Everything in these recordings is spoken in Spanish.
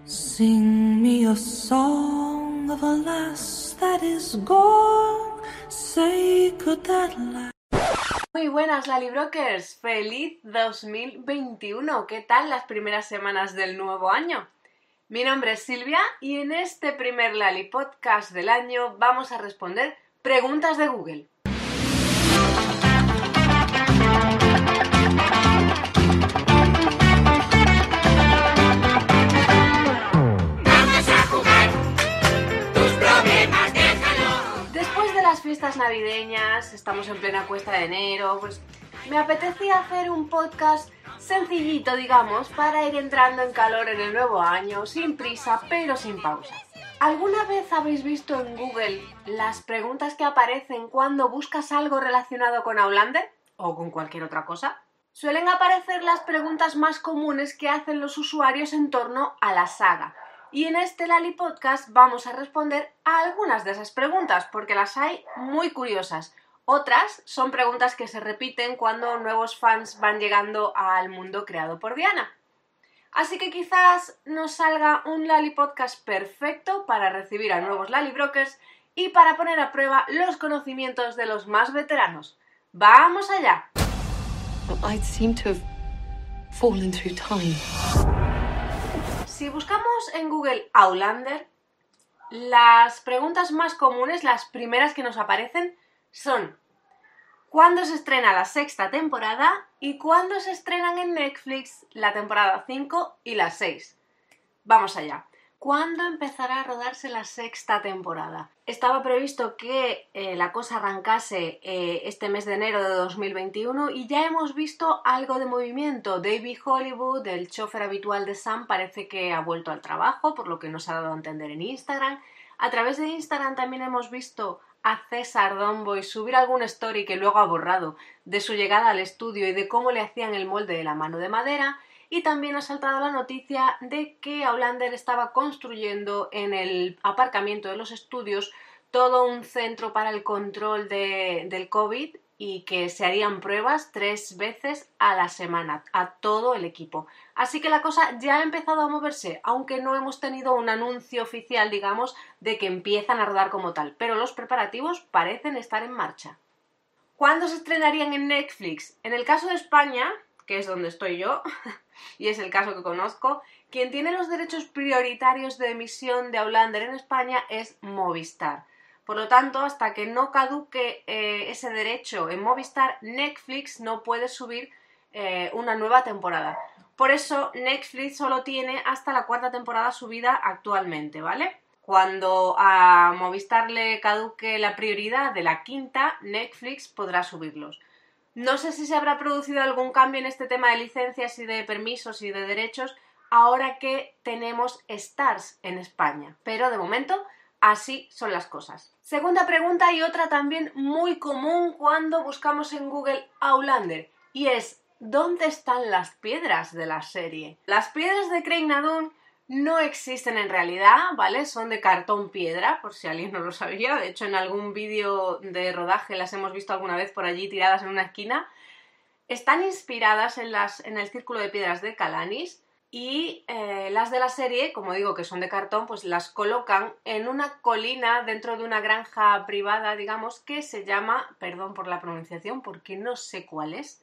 Sing me a song of a lass that is gone. Say could that last. Muy buenas, Lalibrokers. ¡Feliz 2021! ¿Qué tal las primeras semanas del nuevo año? Mi nombre es Silvia y en este primer Lali Podcast del año vamos a responder preguntas de Google. Las fiestas navideñas, estamos en plena cuesta de enero, pues me apetecía hacer un podcast sencillito, digamos, para ir entrando en calor en el nuevo año, sin prisa, pero sin pausa. ¿Alguna vez habéis visto en Google las preguntas que aparecen cuando buscas algo relacionado con Outlander o con cualquier otra cosa? Suelen aparecer las preguntas más comunes que hacen los usuarios en torno a la saga. Y en este Lali Podcast vamos a responder a algunas de esas preguntas, porque las hay muy curiosas. Otras son preguntas que se repiten cuando nuevos fans van llegando al mundo creado por Diana. Así que quizás nos salga un Lali Podcast perfecto para recibir a nuevos Lalibrokers y para poner a prueba los conocimientos de los más veteranos. ¡Vamos allá! I'd seem to have fallen through time. Si buscamos en Google Outlander, las preguntas más comunes, las primeras que nos aparecen, son ¿cuándo se estrena la sexta temporada y cuándo se estrenan en Netflix la temporada 5 y la 6? Vamos allá. ¿Cuándo empezará a rodarse la sexta temporada? Estaba previsto que la cosa arrancase este mes de enero de 2021 y ya hemos visto algo de movimiento. David Hollywood, el chofer habitual de Sam, parece que ha vuelto al trabajo, por lo que nos ha dado a entender en Instagram. A través de Instagram también hemos visto a César Domboy subir algún story que luego ha borrado de su llegada al estudio y de cómo le hacían el molde de la mano de madera. Y también ha saltado la noticia de que Outlander estaba construyendo en el aparcamiento de los estudios todo un centro para el control del COVID y que se harían pruebas 3 veces a la semana a todo el equipo. Así que la cosa ya ha empezado a moverse, aunque no hemos tenido un anuncio oficial, digamos, de que empiezan a rodar como tal, pero los preparativos parecen estar en marcha. ¿Cuándo se estrenarían en Netflix? En el caso de España, que es donde estoy yo, y es el caso que conozco, quien tiene los derechos prioritarios de emisión de Outlander en España es Movistar. Por lo tanto, hasta que no caduque ese derecho en Movistar, Netflix no puede subir una nueva temporada. Por eso, Netflix solo tiene hasta la 4ª temporada subida actualmente, ¿vale? Cuando a Movistar le caduque la prioridad de la 5ª, Netflix podrá subirlos. No sé si se habrá producido algún cambio en este tema de licencias y de permisos y de derechos ahora que tenemos Starz en España, pero de momento así son las cosas. Segunda pregunta y otra también muy común cuando buscamos en Google Outlander y es ¿dónde están las piedras de la serie? Las piedras de Craig Nardun no existen en realidad, ¿vale? Son de cartón piedra, por si alguien no lo sabía. De hecho, en algún vídeo de rodaje las hemos visto alguna vez por allí tiradas en una esquina. Están inspiradas en el círculo de piedras de Calanis y las de la serie, como digo que son de cartón, pues las colocan en una colina dentro de una granja privada, digamos, que se llama, perdón por la pronunciación porque no sé cuál es,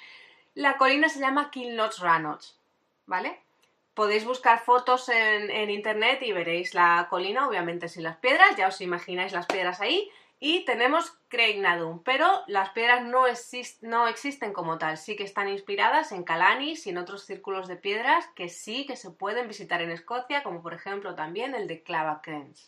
la colina se llama Kilnot Rannoch, ¿vale? Podéis buscar fotos en internet y veréis la colina, obviamente sin las piedras, ya os imagináis las piedras ahí. Y tenemos Craig Nardun, pero las piedras no existen como tal, sí que están inspiradas en Calanis y en otros círculos de piedras que sí que se pueden visitar en Escocia, como por ejemplo también el de Clavacrens.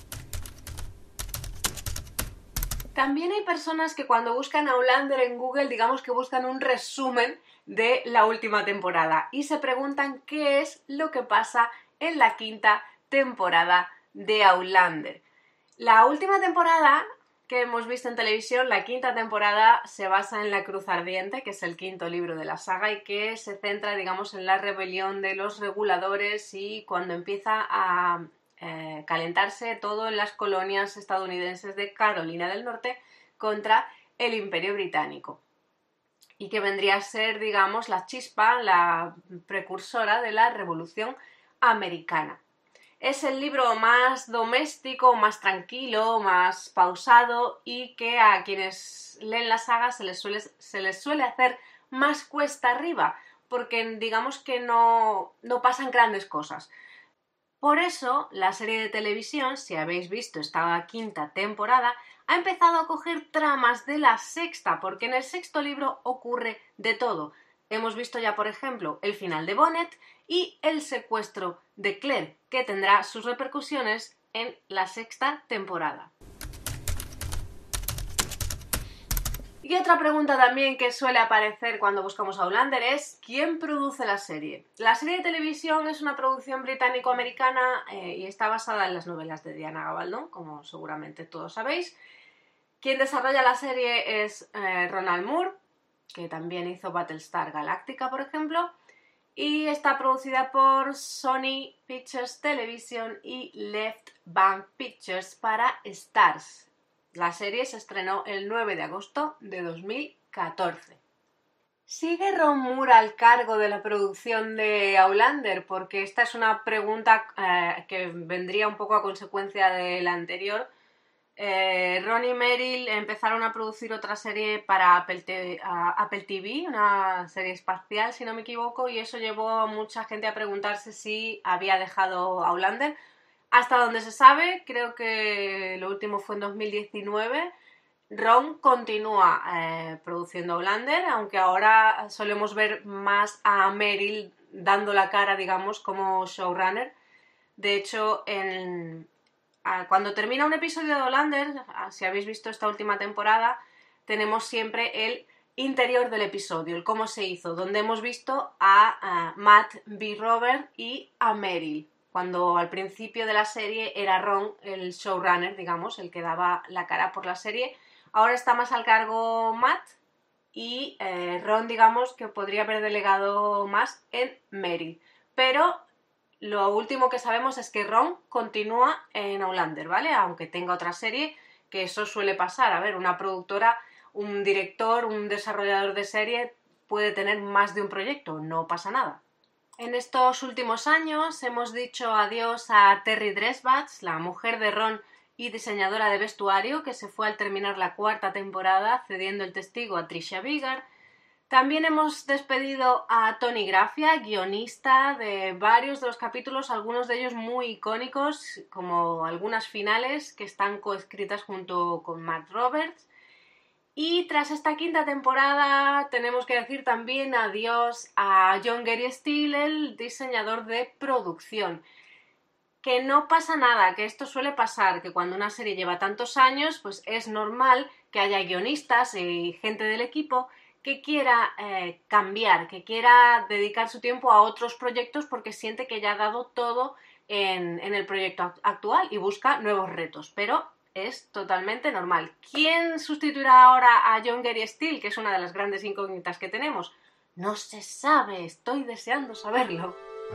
También hay personas que cuando buscan Outlander en Google, digamos que buscan un resumen de la última temporada y se preguntan qué es lo que pasa en la 5ª temporada de Outlander. La última temporada que hemos visto en televisión, la 5ª temporada, se basa en La Cruz Ardiente, que es el 5º libro de la saga y que se centra, digamos, en la rebelión de los reguladores y cuando empieza a calentarse todo en las colonias estadounidenses de Carolina del Norte contra el Imperio Británico. Y que vendría a ser, digamos, la chispa, la precursora de la Revolución Americana. Es el libro más doméstico, más tranquilo, más pausado y que a quienes leen la saga se les suele hacer más cuesta arriba, porque digamos que no pasan grandes cosas. Por eso, la serie de televisión, si habéis visto esta 5ª temporada, ha empezado a coger tramas de la 6ª, porque en el 6º libro ocurre de todo. Hemos visto ya, por ejemplo, el final de Bonnet y el secuestro de Claire, que tendrá sus repercusiones en la 6ª temporada. Y otra pregunta también que suele aparecer cuando buscamos a Outlander es ¿quién produce la serie? La serie de televisión es una producción británico-americana y está basada en las novelas de Diana Gabaldon, como seguramente todos sabéis. Quien desarrolla la serie es Ronald Moore, que también hizo Battlestar Galactica, por ejemplo, y está producida por Sony Pictures Television y Left Bank Pictures para Starz. La serie se estrenó el 9 de agosto de 2014. ¿Sigue Ron Moore al cargo de la producción de Outlander? Porque esta es una pregunta que vendría un poco a consecuencia de la anterior. Ron y Meryl empezaron a producir otra serie para Apple TV, una serie espacial, si no me equivoco, y eso llevó a mucha gente a preguntarse si había dejado Outlander. Hasta donde se sabe, creo que lo último fue en 2019, Ron continúa produciendo Outlander, aunque ahora solemos ver más a Meryl dando la cara, digamos, como showrunner. De hecho, cuando termina un episodio de Outlander, si habéis visto esta última temporada, tenemos siempre el interior del episodio, el cómo se hizo, donde hemos visto a Matt B. Robert y a Meryl, cuando al principio de la serie era Ron el showrunner, digamos, el que daba la cara por la serie. Ahora está más al cargo Matt y Ron, digamos, que podría haber delegado más en Meryl. Pero lo último que sabemos es que Ron continúa en Outlander, ¿vale? Aunque tenga otra serie, que eso suele pasar. A ver, una productora, un director, un desarrollador de serie puede tener más de un proyecto, no pasa nada. En estos últimos años hemos dicho adiós a Terry Dresbach, la mujer de Ron y diseñadora de vestuario, que se fue al terminar la 4ª temporada, cediendo el testigo a Tricia Vigard. También hemos despedido a Tony Graffia, guionista de varios de los capítulos, algunos de ellos muy icónicos, como algunas finales que están coescritas junto con Matt Roberts. Y tras esta 5ª temporada tenemos que decir también adiós a John Gary Steele, el diseñador de producción. Que no pasa nada, que esto suele pasar, que cuando una serie lleva tantos años, pues es normal que haya guionistas y gente del equipo que quiera cambiar, que quiera dedicar su tiempo a otros proyectos porque siente que ya ha dado todo en el proyecto actual y busca nuevos retos, pero es totalmente normal. ¿Quién sustituirá ahora a John Gary Steele, que es una de las grandes incógnitas que tenemos? No se sabe, estoy deseando saberlo.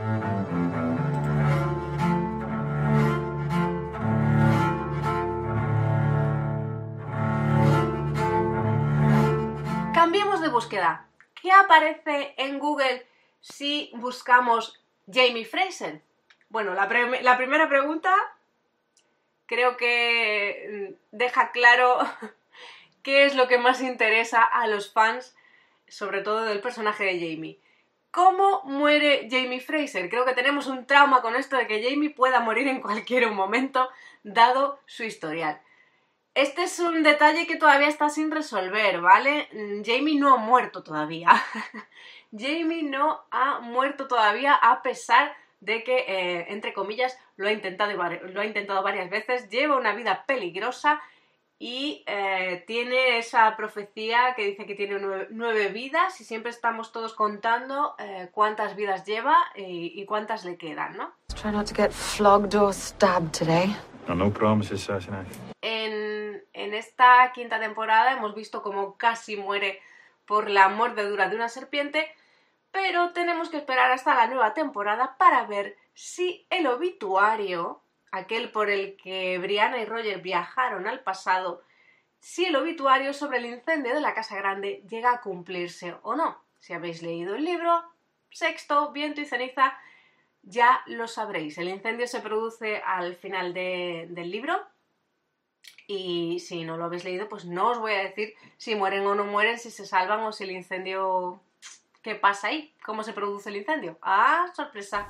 Cambiemos de búsqueda. ¿Qué aparece en Google si buscamos Jamie Fraser? Bueno, la primera pregunta creo que deja claro qué es lo que más interesa a los fans, sobre todo del personaje de Jamie. ¿Cómo muere Jamie Fraser? Creo que tenemos un trauma con esto de que Jamie pueda morir en cualquier momento, dado su historial. Este es un detalle que todavía está sin resolver, ¿vale? Jamie no ha muerto todavía. Jamie no ha muerto todavía a pesar de que, entre comillas, lo ha intentado varias veces, lleva una vida peligrosa y tiene esa profecía que dice que tiene 9 vidas y siempre estamos todos contando cuántas vidas lleva y cuántas le quedan, ¿no? Try not to get flogged or stabbed today. No promises, Assassinate. En esta 5ª temporada hemos visto cómo casi muere por la mordedura de una serpiente, pero tenemos que esperar hasta la nueva temporada para ver si el obituario, aquel por el que Brianna y Roger viajaron al pasado, si el obituario sobre el incendio de la Casa Grande llega a cumplirse o no. Si habéis leído el libro, Sexto, Viento y Ceniza, ya lo sabréis. El incendio se produce al final del libro y si no lo habéis leído, pues no os voy a decir si mueren o no mueren, si se salvan o si el incendio... ¿Qué pasa ahí? ¿Cómo se produce el incendio? ¡Ah, sorpresa!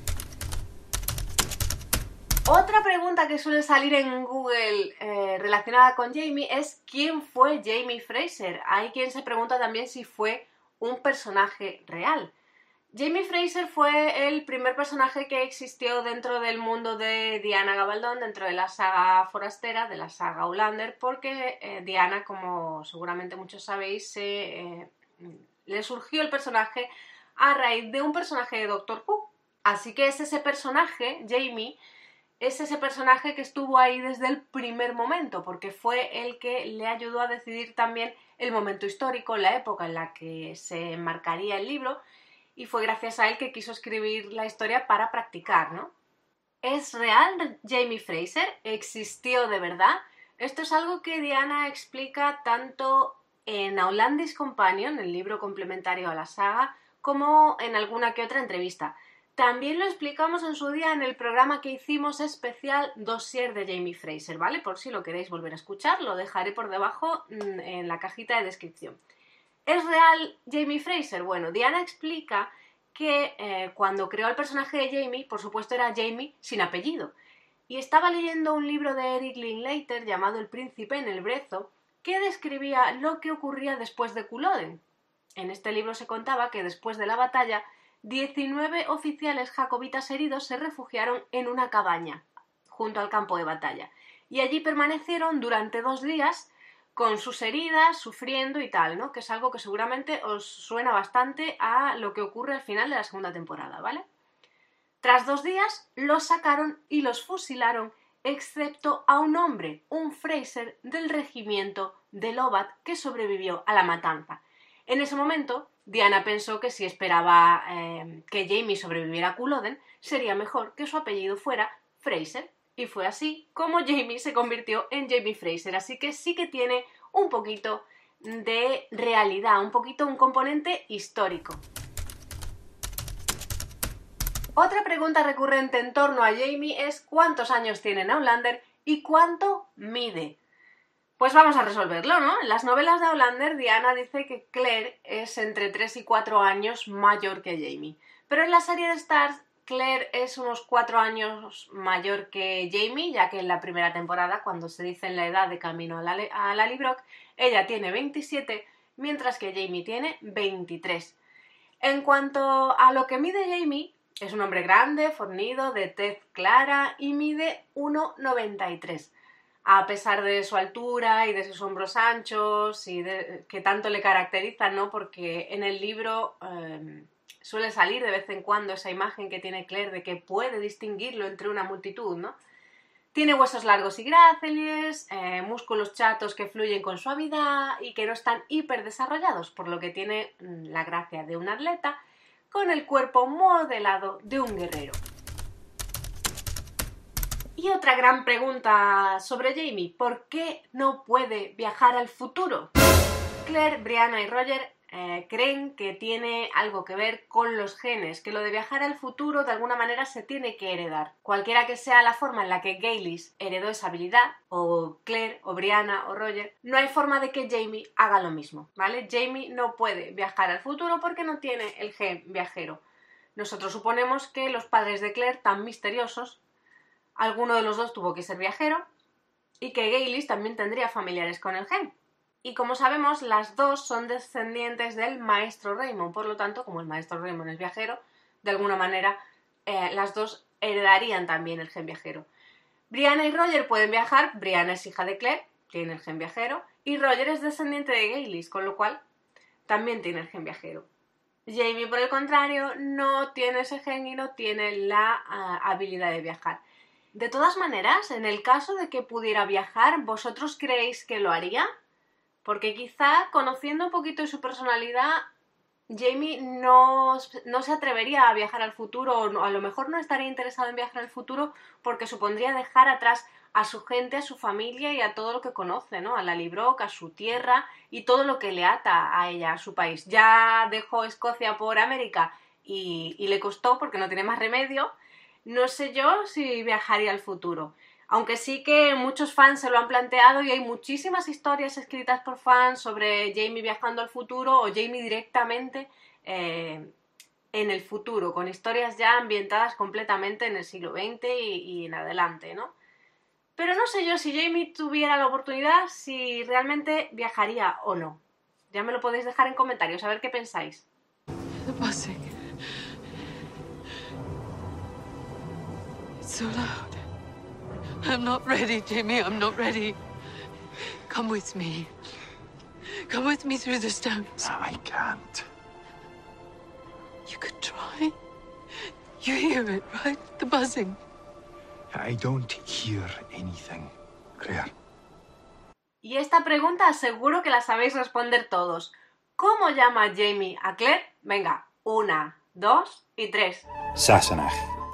Otra pregunta que suele salir en Google relacionada con Jamie es ¿quién fue Jamie Fraser? Hay quien se pregunta también si fue un personaje real. Jamie Fraser fue el primer personaje que existió dentro del mundo de Diana Gabaldon, dentro de la saga forastera, de la saga Outlander, porque Diana, como seguramente muchos sabéis, le surgió el personaje a raíz de un personaje de Doctor Who. Así que es ese personaje, Jamie, es ese personaje que estuvo ahí desde el primer momento, porque fue el que le ayudó a decidir también el momento histórico, la época en la que se enmarcaría el libro, y fue gracias a él que quiso escribir la historia para practicar, ¿no? ¿Es real Jamie Fraser? ¿Existió de verdad? Esto es algo que Diana explica tanto en Outlandish Companion, el libro complementario a la saga, como en alguna que otra entrevista. También lo explicamos en su día en el programa que hicimos especial Dossier de Jamie Fraser, ¿vale? Por si lo queréis volver a escuchar, lo dejaré por debajo en la cajita de descripción. ¿Es real Jamie Fraser? Bueno, Diana explica que cuando creó el personaje de Jamie, por supuesto era Jamie sin apellido. Y estaba leyendo un libro de Eric Linklater llamado El príncipe en el brezo, que describía lo que ocurría después de Culloden. En este libro se contaba que después de la batalla, 19 oficiales jacobitas heridos se refugiaron en una cabaña junto al campo de batalla y allí permanecieron durante 2 días con sus heridas, sufriendo y tal, ¿no? Que es algo que seguramente os suena bastante a lo que ocurre al final de la segunda temporada, ¿vale? Tras 2 días los sacaron y los fusilaron, excepto a un hombre, un Fraser del regimiento de Lovat, que sobrevivió a la matanza. En ese momento, Diana pensó que si esperaba que Jamie sobreviviera a Culloden, sería mejor que su apellido fuera Fraser. Y fue así como Jamie se convirtió en Jamie Fraser. Así que sí que tiene un poquito de realidad, un componente histórico. Otra pregunta recurrente en torno a Jamie es ¿cuántos años tiene en Outlander y cuánto mide? Pues vamos a resolverlo, ¿no? En las novelas de Outlander, Diana dice que Claire es entre 3 y 4 años mayor que Jamie. Pero en la serie de Starz, Claire es unos 4 años mayor que Jamie, ya que en la primera temporada, cuando se dice la edad de camino a la Librock, ella tiene 27, mientras que Jamie tiene 23. En cuanto a lo que mide Jamie, es un hombre grande, fornido, de tez clara y mide 1,93. A pesar de su altura y de sus hombros anchos y que tanto le caracterizan, ¿no? Porque en el libro suele salir de vez en cuando esa imagen que tiene Claire de que puede distinguirlo entre una multitud, ¿no? Tiene huesos largos y gráciles, músculos chatos que fluyen con suavidad y que no están hiperdesarrollados, por lo que tiene la gracia de un atleta con el cuerpo modelado de un guerrero. Y otra gran pregunta sobre Jamie, ¿por qué no puede viajar al futuro? Claire, Brianna y Roger creen que tiene algo que ver con los genes, que lo de viajar al futuro de alguna manera se tiene que heredar. Cualquiera que sea la forma en la que Gaylis heredó esa habilidad, o Claire, o Brianna, o Roger, no hay forma de que Jamie haga lo mismo, ¿vale? Jamie no puede viajar al futuro porque no tiene el gen viajero. Nosotros suponemos que los padres de Claire, tan misteriosos, alguno de los dos tuvo que ser viajero y que Gaylis también tendría familiares con el gen. Y como sabemos, las dos son descendientes del maestro Raymond, por lo tanto, como el maestro Raymond es viajero, de alguna manera las dos heredarían también el gen viajero. Brianna y Roger pueden viajar, Brianna es hija de Claire, tiene el gen viajero, y Roger es descendiente de Gaylis, con lo cual también tiene el gen viajero. Jamie, por el contrario, no tiene ese gen y no tiene la habilidad de viajar. De todas maneras, en el caso de que pudiera viajar, ¿vosotros creéis que lo haría? Porque quizá, conociendo un poquito de su personalidad, Jamie no se atrevería a viajar al futuro, o a lo mejor no estaría interesado en viajar al futuro porque supondría dejar atrás a su gente, a su familia y a todo lo que conoce, ¿no? A la Librock, a su tierra y todo lo que le ata a ella, a su país. Ya dejó Escocia por América y le costó porque no tiene más remedio. No sé yo si viajaría al futuro. Aunque sí que muchos fans se lo han planteado y hay muchísimas historias escritas por fans sobre Jamie viajando al futuro o Jamie directamente en el futuro, con historias ya ambientadas completamente en el siglo XX y en adelante, ¿no? Pero no sé yo si Jamie tuviera la oportunidad, si realmente viajaría o no. Ya me lo podéis dejar en comentarios, a ver qué pensáis. The buzzing. It's so loud. I'm not ready, Jamie. I'm not ready. Come with me. Come with me through the stones. I can't. You could try. You hear it, right? The buzzing. I don't hear anything, Claire. Y esta pregunta seguro que la sabéis responder todos. ¿Cómo llama Jamie a Claire? Venga, 1, 2 y 3. Sassenach.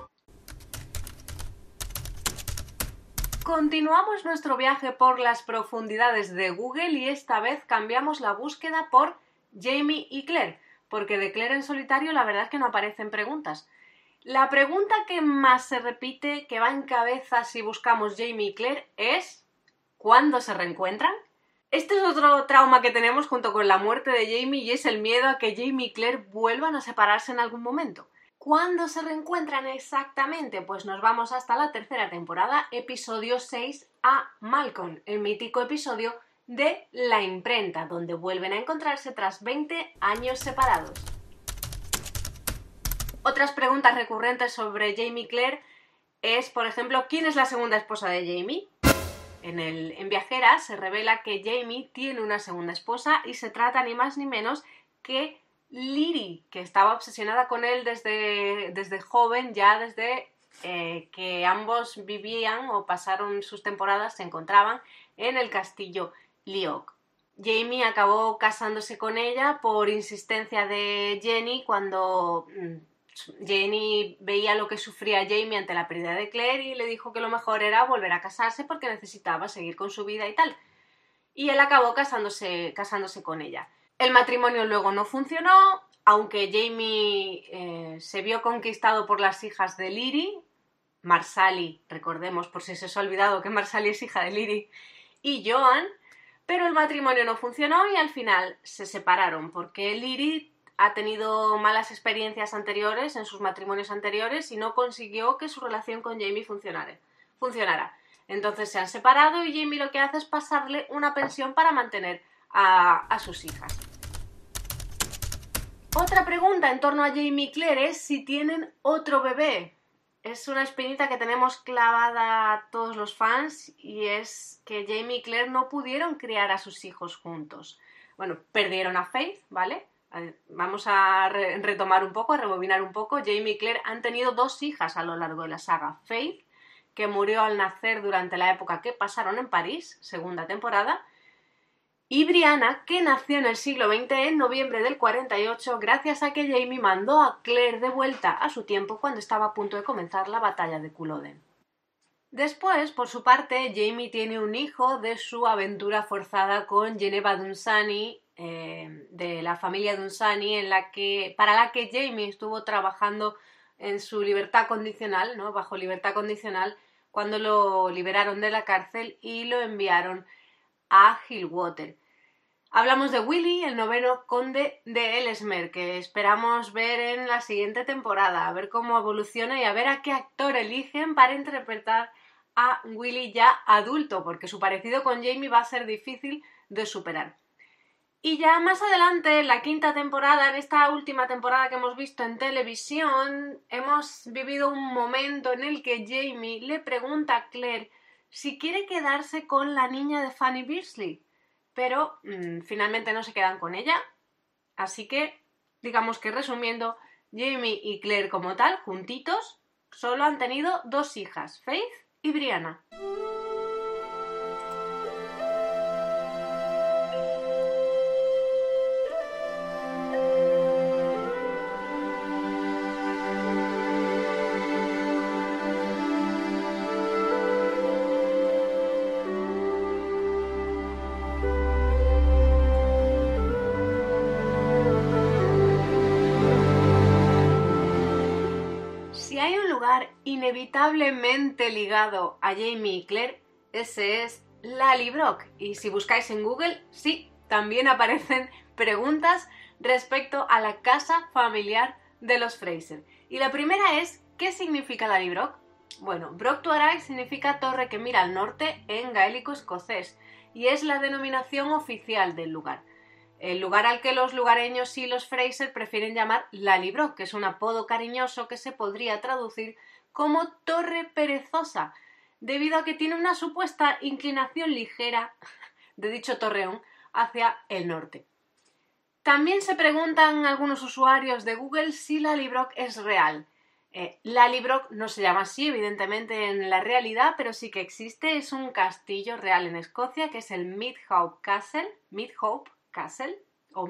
Continuamos nuestro viaje por las profundidades de Google y esta vez cambiamos la búsqueda por Jamie y Claire, porque de Claire en solitario la verdad es que no aparecen preguntas. La pregunta que más se repite, que va en cabeza si buscamos Jamie y Claire, es ¿cuándo se reencuentran? Este es otro trauma que tenemos junto con la muerte de Jamie y es el miedo a que Jamie y Claire vuelvan a separarse en algún momento. ¿Cuándo se reencuentran exactamente? Pues nos vamos hasta la tercera temporada, episodio 6, a Malcolm, el mítico episodio de La Imprenta, donde vuelven a encontrarse tras 20 años separados. Otras preguntas recurrentes sobre Jamie y Claire es, por ejemplo, ¿quién es la segunda esposa de Jamie? En Viajeras se revela que Jamie tiene una segunda esposa y se trata ni más ni menos que Liri, que estaba obsesionada con él desde joven, ya desde que ambos vivían o pasaron sus temporadas, se encontraban en el castillo Lyok. Jamie acabó casándose con ella por insistencia de Jenny cuando Jenny veía lo que sufría Jamie ante la pérdida de Claire y le dijo que lo mejor era volver a casarse porque necesitaba seguir con su vida y tal. Y él acabó casándose con ella. El matrimonio luego no funcionó, aunque Jamie se vio conquistado por las hijas de Liri, Marsali, recordemos por si se os ha olvidado que Marsali es hija de Liri, y Joan, pero el matrimonio no funcionó y al final se separaron porque Liri ha tenido malas experiencias anteriores en sus matrimonios anteriores y no consiguió que su relación con Jamie funcionara. Entonces se han separado y Jamie lo que hace es pasarle una pensión para mantener a sus hijas. Otra pregunta en torno a Jamie y Claire es si tienen otro bebé. Es una espinita que tenemos clavada a todos los fans y es que Jamie y Claire no pudieron criar a sus hijos juntos. Bueno, perdieron a Faith, ¿vale? Vamos a retomar un poco, a rebobinar un poco. Jamie y Claire han tenido 2 hijas a lo largo de la saga. Faith, que murió al nacer durante la época que pasaron en París, segunda temporada, y Brianna, que nació en el siglo XX, en noviembre del 48, gracias a que Jamie mandó a Claire de vuelta a su tiempo cuando estaba a punto de comenzar la batalla de Culloden. Después, por su parte, Jamie tiene un hijo de su aventura forzada con Geneva Dunsany, de la familia Dunsany, para la que Jamie estuvo trabajando en su libertad condicional, ¿no? Bajo libertad condicional, cuando lo liberaron de la cárcel y lo enviaron a Hillwater. Hablamos de Willy, el 9º conde de Ellesmere, que esperamos ver en la siguiente temporada, a ver cómo evoluciona y a ver a qué actor eligen para interpretar a Willy ya adulto, porque su parecido con Jamie va a ser difícil de superar. Y ya más adelante, en la 5ª temporada, en esta última temporada que hemos visto en televisión, hemos vivido un momento en el que Jamie le pregunta a Claire si quiere quedarse con la niña de Fanny Beasley, pero finalmente no se quedan con ella. Así que, digamos que resumiendo, Jamie y Claire como tal, juntitos, solo han tenido 2 hijas, Faith y Brianna. inevitablemente ligado a Jamie y Claire, ese es Lally Brock. Y si buscáis en Google, sí, también aparecen preguntas respecto a la casa familiar de los Fraser. Y la primera es, ¿qué significa Lally Brock? Bueno, Broch Tuareg significa torre que mira al norte en gaélico escocés y es la denominación oficial del lugar. El lugar al que los lugareños y los Fraser prefieren llamar Lally Brock, que es un apodo cariñoso que se podría traducir como torre perezosa, debido a que tiene una supuesta inclinación ligera de dicho torreón hacia el norte. También se preguntan algunos usuarios de Google si Lally Brock es real. Lally Brock no se llama así, evidentemente, en la realidad, pero sí que existe. Es un castillo real en Escocia, que es el Midhope Castle, o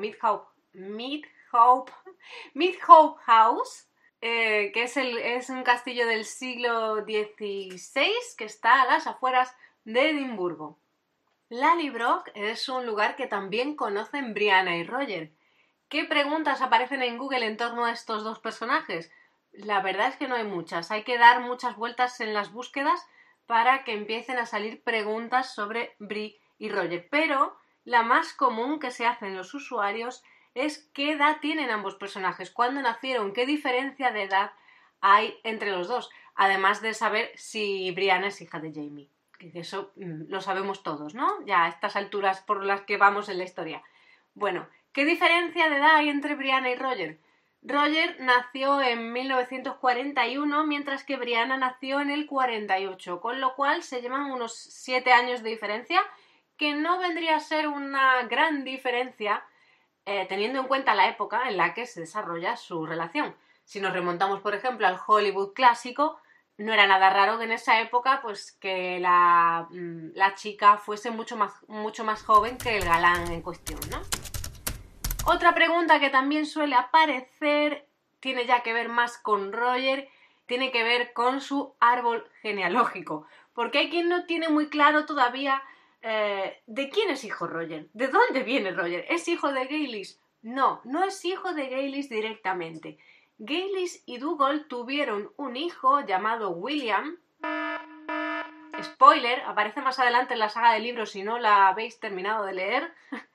Midhope House, que es un castillo del siglo XVI que está a las afueras de Edimburgo. Lally Brock es un lugar que también conocen Brianna y Roger. ¿Qué preguntas aparecen en Google en torno a estos dos personajes? La verdad es que no hay muchas. Hay que dar muchas vueltas en las búsquedas para que empiecen a salir preguntas sobre Bri y Roger. Pero la más común que se hacen los usuarios es qué edad tienen ambos personajes, cuándo nacieron, qué diferencia de edad hay entre los dos. Además de saber si Brianna es hija de Jamie. Que eso lo sabemos todos, ¿no? Ya a estas alturas por las que vamos en la historia. Bueno, ¿qué diferencia de edad hay entre Brianna y Roger? Roger nació en 1941, mientras que Brianna nació en el 48, con lo cual se llevan unos 7 años de diferencia, que no vendría a ser una gran diferencia teniendo en cuenta la época en la que se desarrolla su relación. Si nos remontamos, por ejemplo, al Hollywood clásico, no era nada raro que en esa época pues que la chica fuese mucho más joven que el galán en cuestión, ¿no? Otra pregunta que también suele aparecer tiene ya que ver más con Roger, tiene que ver con su árbol genealógico, porque hay quien no tiene muy claro todavía de quién es hijo Roger, de dónde viene Roger. ¿Es hijo de Gaylis? No, no es hijo de Gaylis directamente. Gaylis y Dougal tuvieron un hijo llamado William. Spoiler, aparece más adelante en la saga de libros si no la habéis terminado de leer.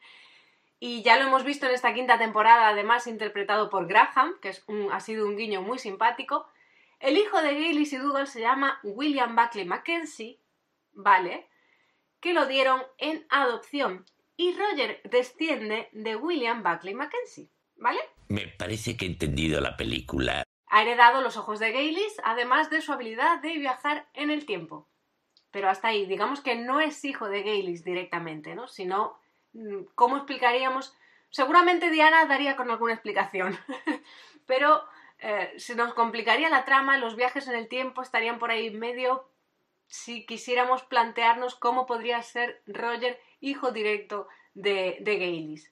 Y ya lo hemos visto en esta quinta temporada, además interpretado por Graham, que ha sido un guiño muy simpático. El hijo de Gaylis y Dougal se llama William Buckley Mackenzie, ¿vale? Que lo dieron en adopción. Y Roger desciende de William Buckley Mackenzie, ¿vale? Me parece que he entendido la película. Ha heredado los ojos de Gaylis, además de su habilidad de viajar en el tiempo. Pero hasta ahí, digamos que no es hijo de Gaylis directamente, ¿no? Sino, ¿cómo explicaríamos? Seguramente Diana daría con alguna explicación, pero se nos complicaría la trama, los viajes en el tiempo estarían por ahí medio si quisiéramos plantearnos cómo podría ser Roger hijo directo de Gaylis.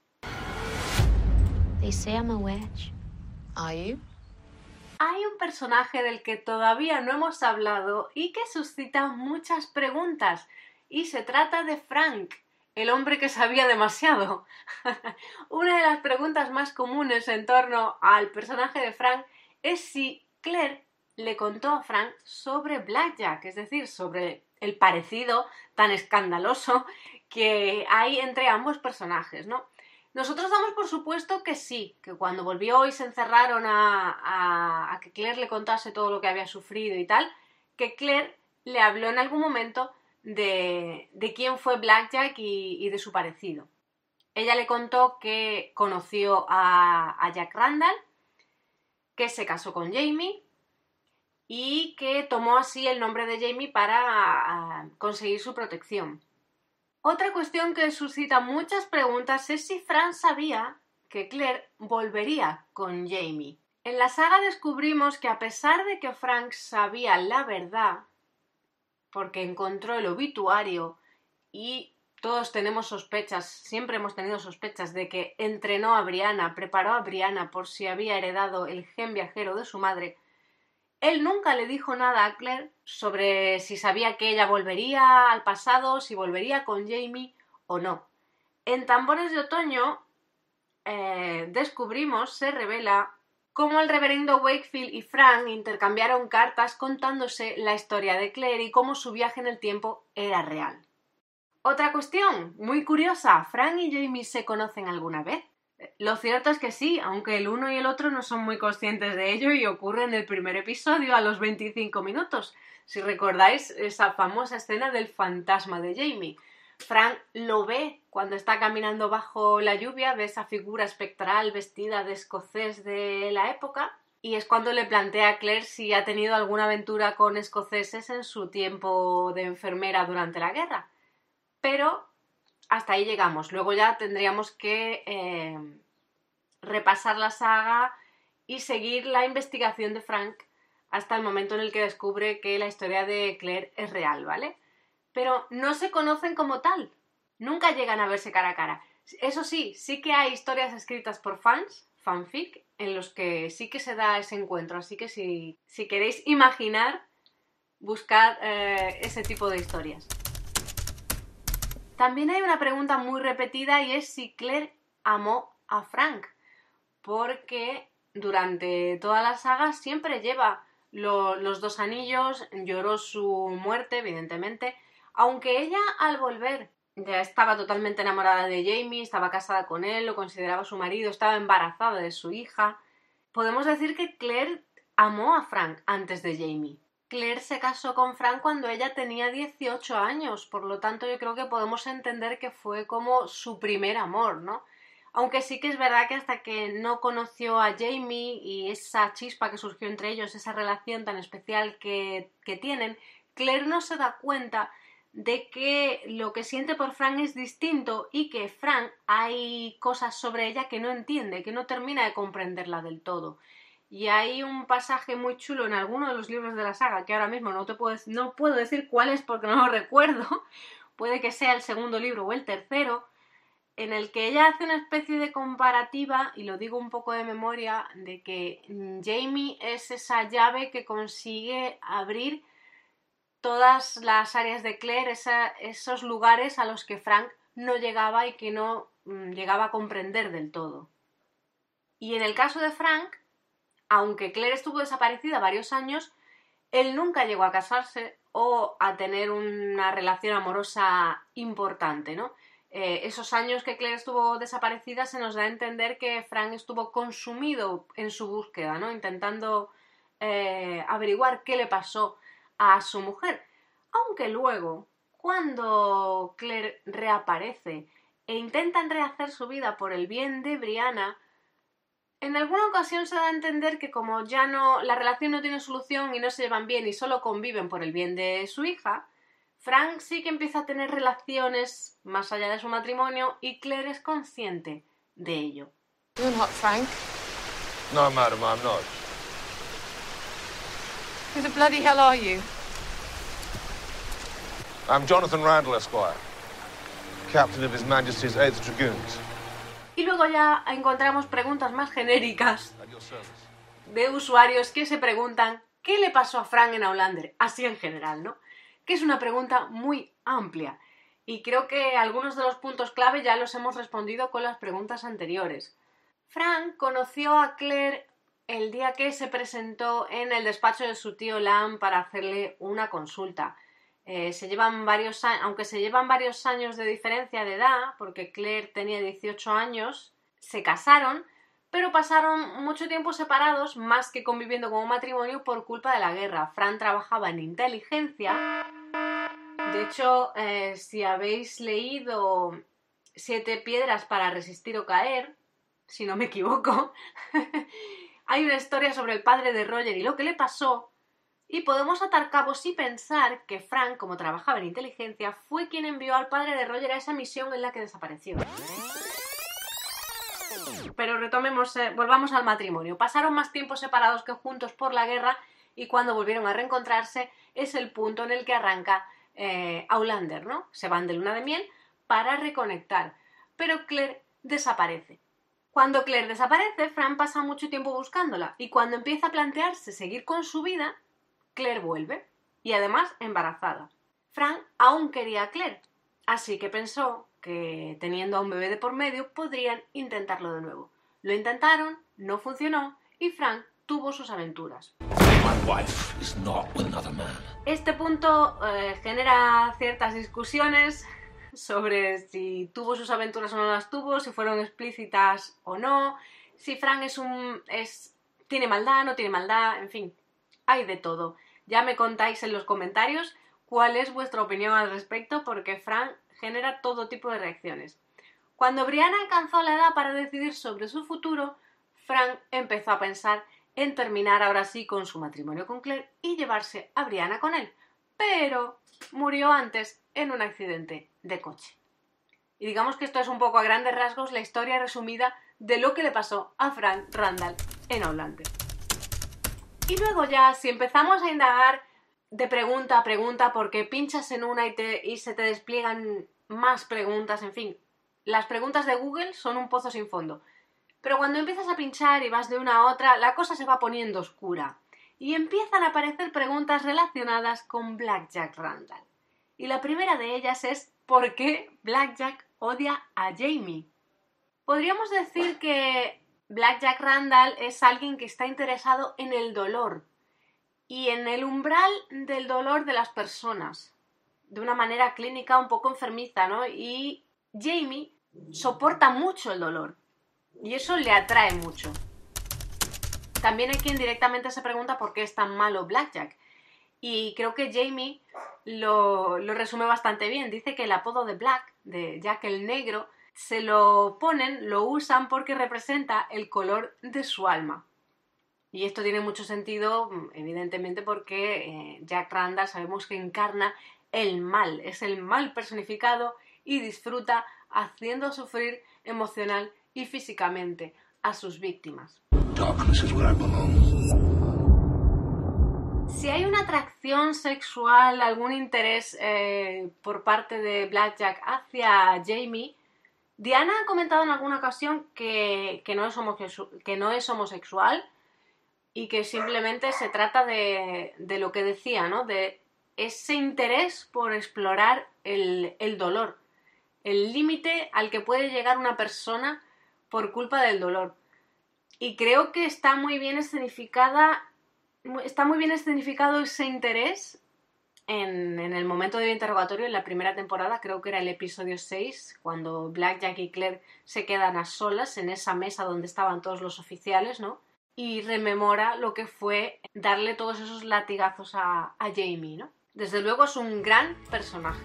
They say I'm a witch. Are you? Hay un personaje del que todavía no hemos hablado y que suscita muchas preguntas, y se trata de Frank, el hombre que sabía demasiado. Una de las preguntas más comunes en torno al personaje de Frank es si Claire le contó a Frank sobre Blackjack, es decir, sobre el parecido tan escandaloso que hay entre ambos personajes, ¿no? Nosotros damos por supuesto que sí, que cuando volvió y se encerraron a que Claire le contase todo lo que había sufrido y tal, que Claire le habló en algún momento de quién fue Blackjack y de su parecido. Ella le contó que conoció a Jack Randall, que se casó con Jamie y que tomó así el nombre de Jamie para conseguir su protección. Otra cuestión que suscita muchas preguntas es si Frank sabía que Claire volvería con Jamie. En la saga descubrimos que a pesar de que Frank sabía la verdad, porque encontró el obituario y todos tenemos sospechas, siempre hemos tenido sospechas de que entrenó a Brianna, preparó a Brianna por si había heredado el gen viajero de su madre, él nunca le dijo nada a Claire sobre si sabía que ella volvería al pasado, si volvería con Jamie o no. En Tambores de Otoño descubrimos, se revela cómo el reverendo Wakefield y Frank intercambiaron cartas contándose la historia de Claire y cómo su viaje en el tiempo era real. Otra cuestión muy curiosa, ¿Frank y Jamie se conocen alguna vez? Lo cierto es que sí, aunque el uno y el otro no son muy conscientes de ello y ocurre en el primer episodio a los 25 minutos. Si recordáis esa famosa escena del fantasma de Jamie. Frank lo ve cuando está caminando bajo la lluvia, ve esa figura espectral vestida de escocés de la época y es cuando le plantea a Claire si ha tenido alguna aventura con escoceses en su tiempo de enfermera durante la guerra. Pero hasta ahí llegamos. Luego ya tendríamos que repasar la saga y seguir la investigación de Frank hasta el momento en el que descubre que la historia de Claire es real, ¿vale? Pero no se conocen como tal. Nunca llegan a verse cara a cara. Eso sí, sí que hay historias escritas por fans, fanfic, en los que sí que se da ese encuentro. Así que si queréis imaginar, buscad ese tipo de historias. También hay una pregunta muy repetida y es si Claire amó a Frank, porque durante toda la saga siempre lleva los 2 anillos, lloró su muerte, evidentemente, aunque ella al volver ya estaba totalmente enamorada de Jamie, estaba casada con él, lo consideraba su marido, estaba embarazada de su hija. Podemos decir que Claire amó a Frank antes de Jamie. Claire se casó con Frank cuando ella tenía 18 años, por lo tanto yo creo que podemos entender que fue como su primer amor, ¿no? Aunque sí que es verdad que hasta que no conoció a Jamie y esa chispa que surgió entre ellos, esa relación tan especial que tienen, Claire no se da cuenta de que lo que siente por Frank es distinto y que Frank hay cosas sobre ella que no entiende, que no termina de comprenderla del todo. Y hay un pasaje muy chulo en alguno de los libros de la saga, que ahora mismo no puedo decir cuál es porque no lo recuerdo, puede que sea el segundo libro o el tercero, en el que ella hace una especie de comparativa, y lo digo un poco de memoria, de que Jamie es esa llave que consigue abrir todas las áreas de Claire, esos lugares a los que Frank no llegaba y que no llegaba a comprender del todo. Y en el caso de Frank, aunque Claire estuvo desaparecida varios años, él nunca llegó a casarse o a tener una relación amorosa importante, ¿no? Esos años que Claire estuvo desaparecida se nos da a entender que Frank estuvo consumido en su búsqueda, ¿no? Intentando averiguar qué le pasó a su mujer. Aunque luego, cuando Claire reaparece e intentan rehacer su vida por el bien de Brianna, en alguna ocasión se da a entender que como ya la relación no tiene solución y no se llevan bien y solo conviven por el bien de su hija, Frank sí que empieza a tener relaciones más allá de su matrimonio y Claire es consciente de ello. You're not Frank. No, madam, I'm not. Who the bloody hell are you? I'm Jonathan Randall, Esquire, Captain of His Majesty's 8th Dragoons. Y luego ya encontramos preguntas más genéricas At your service. de usuarios que se preguntan ¿qué le pasó a Frank en Outlander? Así en general, ¿no? Que es una pregunta muy amplia. Y creo que algunos de los puntos clave ya los hemos respondido con las preguntas anteriores. Frank conoció a Claire el día que se presentó en el despacho de su tío Lam para hacerle una consulta. Aunque se llevan varios años de diferencia de edad, porque Claire tenía 18 años, se casaron, pero pasaron mucho tiempo separados, más que conviviendo como matrimonio, por culpa de la guerra. Frank trabajaba en inteligencia. De hecho, si habéis leído 7 piedras para resistir o caer, si no me equivoco, hay una historia sobre el padre de Roger y lo que le pasó, y podemos atar cabos y pensar que Frank, como trabajaba en inteligencia, fue quien envió al padre de Roger a esa misión en la que desapareció. Pero volvamos al matrimonio. Pasaron más tiempo separados que juntos por la guerra y cuando volvieron a reencontrarse es el punto en el que arranca Outlander, ¿no? Se van de luna de miel para reconectar. Pero Claire desaparece. Cuando Claire desaparece, Frank pasa mucho tiempo buscándola y cuando empieza a plantearse seguir con su vida, Claire vuelve, y además embarazada. Frank aún quería a Claire, así que pensó que teniendo a un bebé de por medio podrían intentarlo de nuevo. Lo intentaron, no funcionó, y Frank tuvo sus aventuras. My wife is not with another man. Este punto genera ciertas discusiones sobre si tuvo sus aventuras o no las tuvo, si fueron explícitas o no, si Frank tiene maldad, no tiene maldad, en fin, hay de todo. Ya me contáis en los comentarios cuál es vuestra opinión al respecto, porque Frank genera todo tipo de reacciones. Cuando Brianna alcanzó la edad para decidir sobre su futuro, Frank empezó a pensar en terminar ahora sí con su matrimonio con Claire y llevarse a Brianna con él, pero murió antes en un accidente de coche. Y digamos que esto es un poco a grandes rasgos la historia resumida de lo que le pasó a Frank Randall en Outlander. Y luego ya, si empezamos a indagar de pregunta a pregunta, porque pinchas en una y se te despliegan más preguntas, en fin, las preguntas de Google son un pozo sin fondo. Pero cuando empiezas a pinchar y vas de una a otra, la cosa se va poniendo oscura. Y empiezan a aparecer preguntas relacionadas con Blackjack Randall. Y la primera de ellas es ¿por qué Blackjack odia a Jamie? Podríamos decir que Blackjack Randall es alguien que está interesado en el dolor y en el umbral del dolor de las personas, de una manera clínica un poco enfermiza, ¿no? Y Jamie soporta mucho el dolor y eso le atrae mucho. También hay quien directamente se pregunta por qué es tan malo Blackjack. Y creo que Jamie lo resume bastante bien. Dice que el apodo de Black, de Jack el Negro, se lo usan porque representa el color de su alma. Y esto tiene mucho sentido, evidentemente, porque Jack Randall sabemos que encarna el mal. Es el mal personificado y disfruta haciendo sufrir emocional y físicamente a sus víctimas. Darkness is where I belong. Si hay una atracción sexual, algún interés por parte de Blackjack hacia Jamie, Diana ha comentado en alguna ocasión que no es homosexual y que simplemente se trata de lo que decía, ¿no? De ese interés por explorar el dolor, el límite al que puede llegar una persona por culpa del dolor. Y creo que está muy bien escenificado ese interés en el momento del interrogatorio en la primera temporada, creo que era el episodio 6, cuando Blackjack y Claire se quedan a solas en esa mesa donde estaban todos los oficiales, ¿no? Y rememora lo que fue darle todos esos latigazos a Jamie, ¿no? Desde luego es un gran personaje.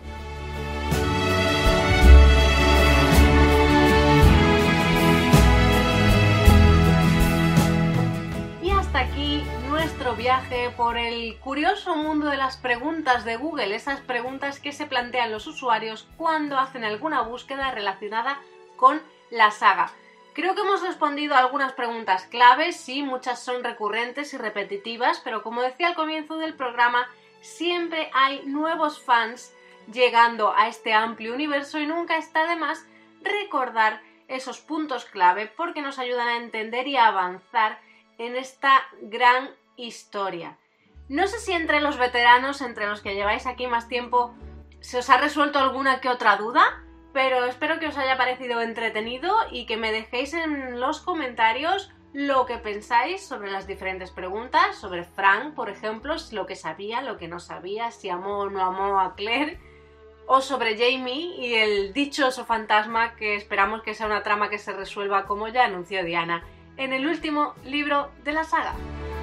Aquí nuestro viaje por el curioso mundo de las preguntas de Google, esas preguntas que se plantean los usuarios cuando hacen alguna búsqueda relacionada con la saga. Creo que hemos respondido a algunas preguntas claves, sí, muchas son recurrentes y repetitivas, pero como decía al comienzo del programa, siempre hay nuevos fans llegando a este amplio universo y nunca está de más recordar esos puntos clave porque nos ayudan a entender y a avanzar en esta gran historia. No sé si entre los veteranos, entre los que lleváis aquí más tiempo, se os ha resuelto alguna que otra duda, pero espero que os haya parecido entretenido y que me dejéis en los comentarios lo que pensáis sobre las diferentes preguntas, sobre Frank, por ejemplo, lo que sabía, lo que no sabía, si amó o no amó a Claire, o sobre Jamie y el dichoso fantasma que esperamos que sea una trama que se resuelva como ya anunció Diana en el último libro de la saga.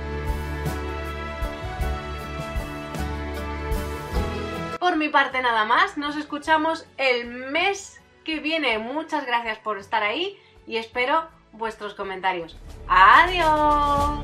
Por mi parte nada más, nos escuchamos el mes que viene. Muchas gracias por estar ahí y espero vuestros comentarios. ¡Adiós!